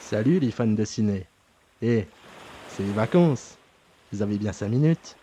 Salut les fans de ciné. C'est les vacances. Vous avez bien 5 minutes.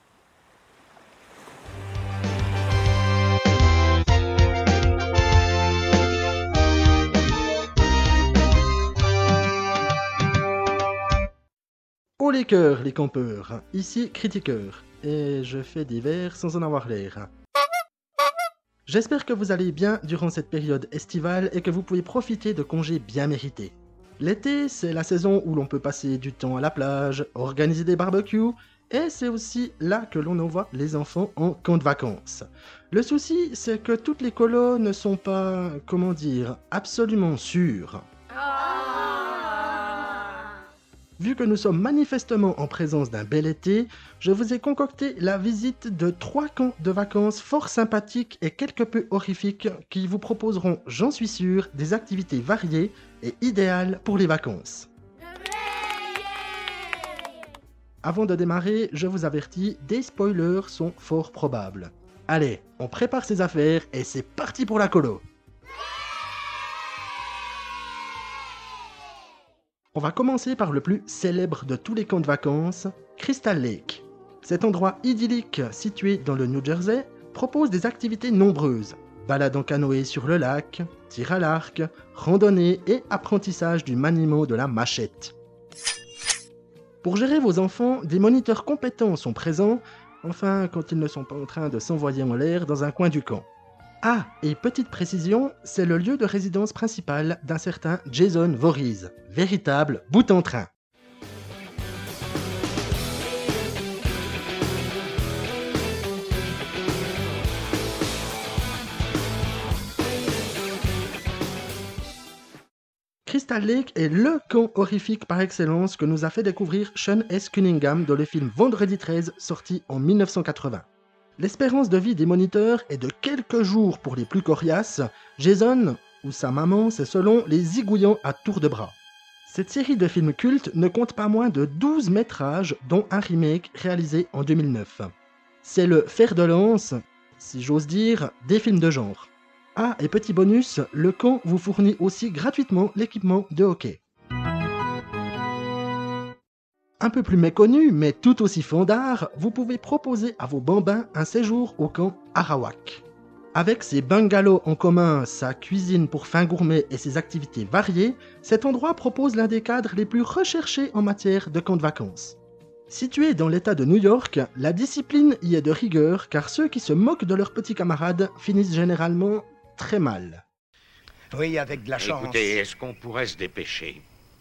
Oh les cœurs, les campeurs. Ici Critiqueur. Et je fais des vers sans en avoir l'air. J'espère que vous allez bien durant cette période estivale et que vous pouvez profiter de congés bien mérités. L'été, c'est la saison où l'on peut passer du temps à la plage, organiser des barbecues, et c'est aussi là que l'on envoie les enfants en camp de vacances. Le souci, c'est que toutes les colos ne sont pas, absolument sûres. Vu que nous sommes manifestement en présence d'un bel été, je vous ai concocté la visite de 3 camps de vacances fort sympathiques et quelque peu horrifiques qui vous proposeront, j'en suis sûr, des activités variées et idéales pour les vacances. Avant de démarrer, je vous avertis, des spoilers sont fort probables. Allez, on prépare ses affaires et c'est parti pour la colo. On va commencer par le plus célèbre de tous les camps de vacances, Crystal Lake. Cet endroit idyllique situé dans le New Jersey propose des activités nombreuses. Balade en canoë sur le lac, tir à l'arc, randonnée et apprentissage du maniement de la machette. Pour gérer vos enfants, des moniteurs compétents sont présents, enfin quand ils ne sont pas en train de s'envoyer en l'air dans un coin du camp. Ah, et petite précision, c'est le lieu de résidence principal d'un certain Jason Voorhees, véritable bout en train. Crystal Lake est le camp horrifique par excellence que nous a fait découvrir Sean S. Cunningham dans le film Vendredi 13 sorti en 1980. L'espérance de vie des moniteurs est de quelques jours pour les plus coriaces. Jason, ou sa maman, c'est selon les zigouillants à tour de bras. Cette série de films cultes ne compte pas moins de 12 métrages, dont un remake réalisé en 2009. C'est le fer de lance, si j'ose dire, des films de genre. Ah, et petit bonus, le camp vous fournit aussi gratuitement l'équipement de hockey. Un peu plus méconnu, mais tout aussi fandard, vous pouvez proposer à vos bambins un séjour au camp Arawak. Avec ses bungalows en commun, sa cuisine pour fins gourmets et ses activités variées, cet endroit propose l'un des cadres les plus recherchés en matière de camp de vacances. Situé dans l'État de New York, la discipline y est de rigueur car ceux qui se moquent de leurs petits camarades finissent généralement très mal. Oui, avec de la chance. Écoutez, est-ce qu'on pourrait se dépêcher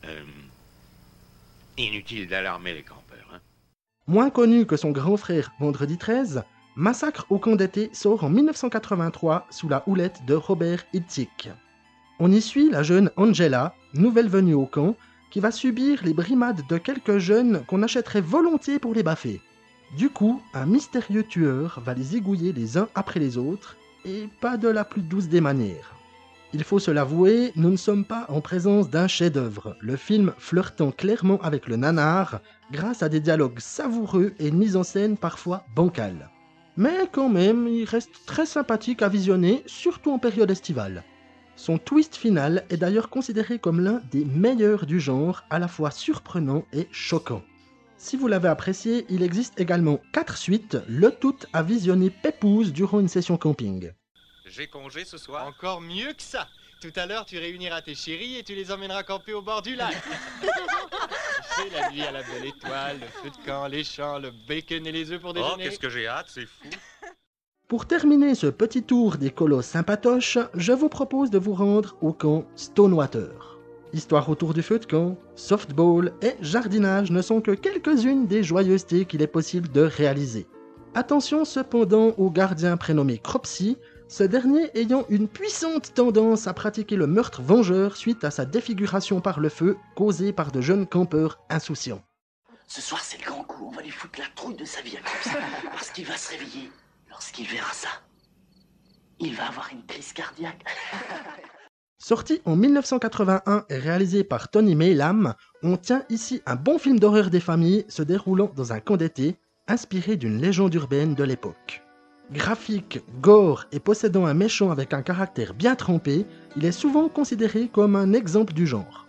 Inutile d'alarmer les campeurs, hein. Moins connu que son grand frère Vendredi 13, Massacre au camp d'été sort en 1983 sous la houlette de Robert Itzik. On y suit la jeune Angela, nouvelle venue au camp, qui va subir les brimades de quelques jeunes qu'on achèterait volontiers pour les baffer. Du coup, un mystérieux tueur va les zigouiller les uns après les autres, et pas de la plus douce des manières. Il faut se l'avouer, nous ne sommes pas en présence d'un chef-d'œuvre, le film flirtant clairement avec le nanar, grâce à des dialogues savoureux et une mise en scène parfois bancale. Mais quand même, il reste très sympathique à visionner, surtout en période estivale. Son twist final est d'ailleurs considéré comme l'un des meilleurs du genre, à la fois surprenant et choquant. Si vous l'avez apprécié, il existe également 4 suites, le tout à visionner pépouze durant une session camping. J'ai congé ce soir. Encore mieux que ça. Tout à l'heure, tu réuniras tes chéris et tu les emmèneras camper au bord du lac. Tu sais, la nuit à la belle étoile, le feu de camp, les champs, le bacon et les œufs pour Oh, déjeuner. qu'est-ce que j'ai hâte, c'est fou. Pour terminer ce petit tour des colos sympatoches, je vous propose de vous rendre au camp Stonewater. Histoire autour du feu de camp, softball et jardinage ne sont que quelques-unes des joyeusetés qu'il est possible de réaliser. Attention cependant au gardien prénommé Cropsy, ce dernier ayant une puissante tendance à pratiquer le meurtre vengeur suite à sa défiguration par le feu causée par de jeunes campeurs insouciants. Ce soir, c'est le grand coup. On va lui foutre la trouille de sa vie à Cropsy. Parce qu'il va se réveiller. Lorsqu'il verra ça, il va avoir une crise cardiaque. Sorti en 1981 et réalisé par Tony Maylam, on tient ici un bon film d'horreur des familles se déroulant dans un camp d'été, inspiré d'une légende urbaine de l'époque. Graphique, gore et possédant un méchant avec un caractère bien trempé, il est souvent considéré comme un exemple du genre.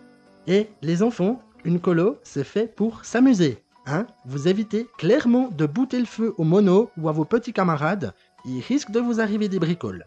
Et les enfants, une colo, c'est fait pour s'amuser. Hein? Vous évitez clairement de bouter le feu aux monos ou à vos petits camarades. Il risque de vous arriver des bricoles.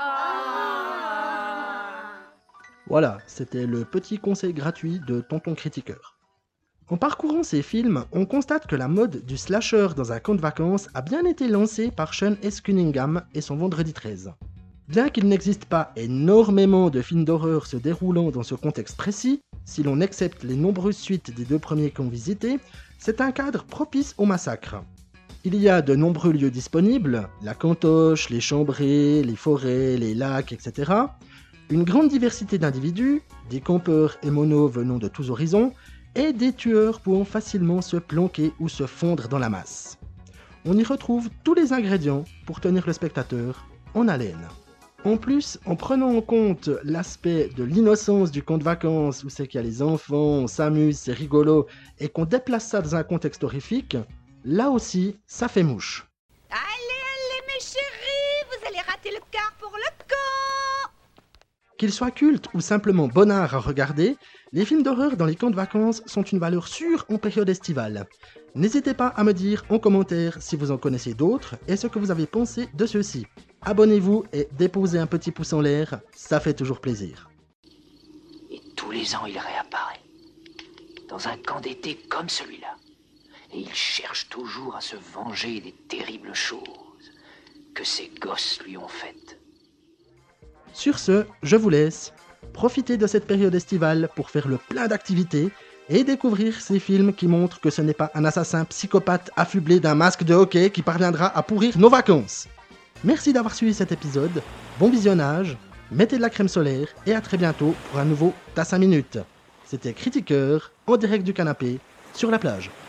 Voilà, c'était le petit conseil gratuit de Tonton Critiqueur. En parcourant ces films, on constate que la mode du slasher dans un camp de vacances a bien été lancée par Sean S. Cunningham et son Vendredi 13. Bien qu'il n'existe pas énormément de films d'horreur se déroulant dans ce contexte précis, si l'on accepte les nombreuses suites des 2 premiers qu'on visitait, c'est un cadre propice au massacre. Il y a de nombreux lieux disponibles, la cantoche, les chambrées, les forêts, les lacs, etc. Une grande diversité d'individus, des campeurs et monos venant de tous horizons, et des tueurs pouvant facilement se planquer ou se fondre dans la masse. On y retrouve tous les ingrédients pour tenir le spectateur en haleine. En plus, en prenant en compte l'aspect de l'innocence du camp de vacances où c'est qu'il y a les enfants, on s'amuse, c'est rigolo, et qu'on déplace ça dans un contexte horrifique, là aussi, ça fait mouche. Allez, mes chéris, vous allez rater le quart pour le camp. Qu'ils soient cultes ou simplement bonnards à regarder, les films d'horreur dans les camps de vacances sont une valeur sûre en période estivale. N'hésitez pas à me dire en commentaire si vous en connaissez d'autres et ce que vous avez pensé de ceux-ci. Abonnez-vous et déposez un petit pouce en l'air, ça fait toujours plaisir. Et tous les ans, il réapparaît. Dans un camp d'été comme celui-là. Et il cherche toujours à se venger des terribles choses que ces gosses lui ont faites. Sur ce, je vous laisse. Profitez de cette période estivale pour faire le plein d'activités et découvrir ces films qui montrent que ce n'est pas un assassin psychopathe affublé d'un masque de hockey qui parviendra à pourrir nos vacances. Merci d'avoir suivi cet épisode, bon visionnage, mettez de la crème solaire et à très bientôt pour un nouveau Tas 5 minutes. C'était Critiqueur, en direct du canapé, sur la plage.